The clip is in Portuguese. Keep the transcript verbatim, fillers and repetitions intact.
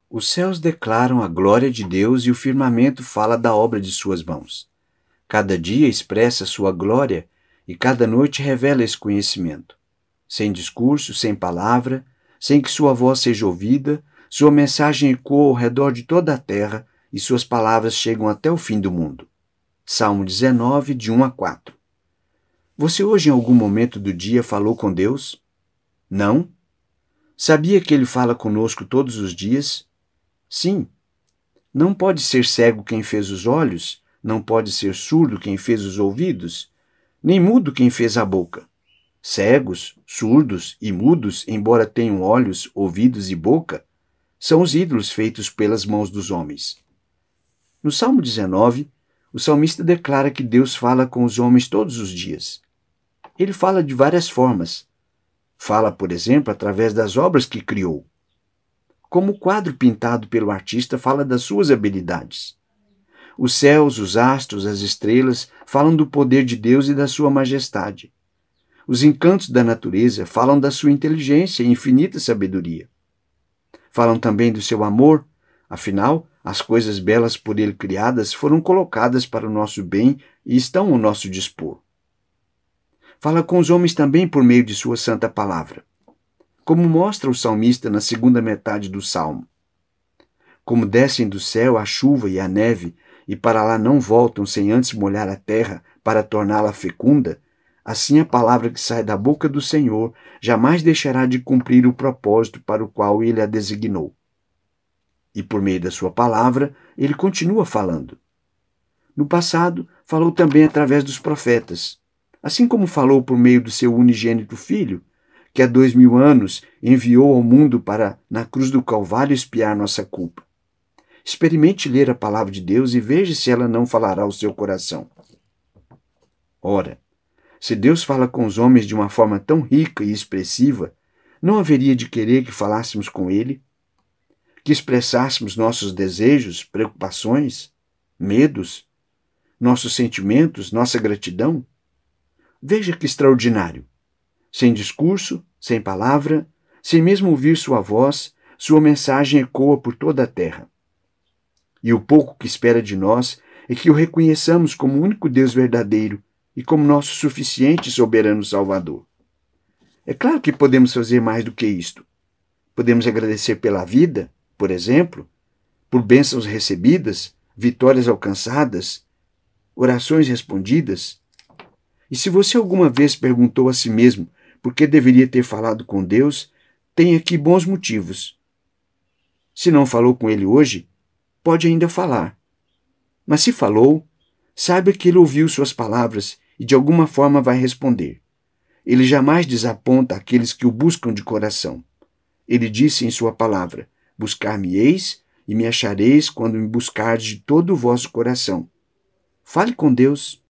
Os céus declaram a glória de Deus e o firmamento fala da obra de suas mãos. Cada dia expressa sua glória e cada noite revela esse conhecimento. Sem discurso, sem palavra, sem que sua voz seja ouvida, sua mensagem ecoa ao redor de toda a terra e suas palavras chegam até o fim do mundo. Salmo dezenove, de um a quatro. Você hoje em algum momento do dia falou com Deus? Não? Sabia que Ele fala conosco todos os dias? Sim. Não pode ser cego quem fez os olhos, não pode ser surdo quem fez os ouvidos, nem mudo quem fez a boca. Cegos, surdos e mudos, embora tenham olhos, ouvidos e boca, são os ídolos feitos pelas mãos dos homens. No Salmo dezenove, o salmista declara que Deus fala com os homens todos os dias. Ele fala de várias formas. Fala, por exemplo, através das obras que criou. Como o quadro pintado pelo artista fala das suas habilidades. Os céus, os astros, as estrelas falam do poder de Deus e da sua majestade. Os encantos da natureza falam da sua inteligência e infinita sabedoria. Falam também do seu amor, afinal, as coisas belas por ele criadas foram colocadas para o nosso bem e estão ao nosso dispor. Fala com os homens também por meio de sua santa palavra, como mostra o salmista na segunda metade do salmo. Como descem do céu a chuva e a neve, e para lá não voltam sem antes molhar a terra para torná-la fecunda, assim a palavra que sai da boca do Senhor jamais deixará de cumprir o propósito para o qual ele a designou. E por meio da sua palavra, ele continua falando. No passado, falou também através dos profetas, assim como falou por meio do seu unigênito Filho, que há dois mil anos enviou ao mundo para, na cruz do Calvário, expiar nossa culpa. Experimente ler a palavra de Deus e veja se ela não falará ao seu coração. Ora, se Deus fala com os homens de uma forma tão rica e expressiva, não haveria de querer que falássemos com Ele? Que expressássemos nossos desejos, preocupações, medos, nossos sentimentos, nossa gratidão? Veja que extraordinário! Sem discurso, sem palavra, sem mesmo ouvir sua voz, sua mensagem ecoa por toda a terra. E o pouco que espera de nós é que o reconheçamos como o único Deus verdadeiro e como nosso suficiente e soberano Salvador. É claro que podemos fazer mais do que isto. Podemos agradecer pela vida, por exemplo, por bênçãos recebidas, vitórias alcançadas, orações respondidas. E se você alguma vez perguntou a si mesmo por que deveria ter falado com Deus, tem aqui bons motivos. Se não falou com Ele hoje, pode ainda falar. Mas se falou, saiba que Ele ouviu suas palavras e de alguma forma vai responder. Ele jamais desaponta aqueles que o buscam de coração. Ele disse em sua palavra: buscar-me-eis e me achareis quando me buscardes de todo o vosso coração. Fale com Deus.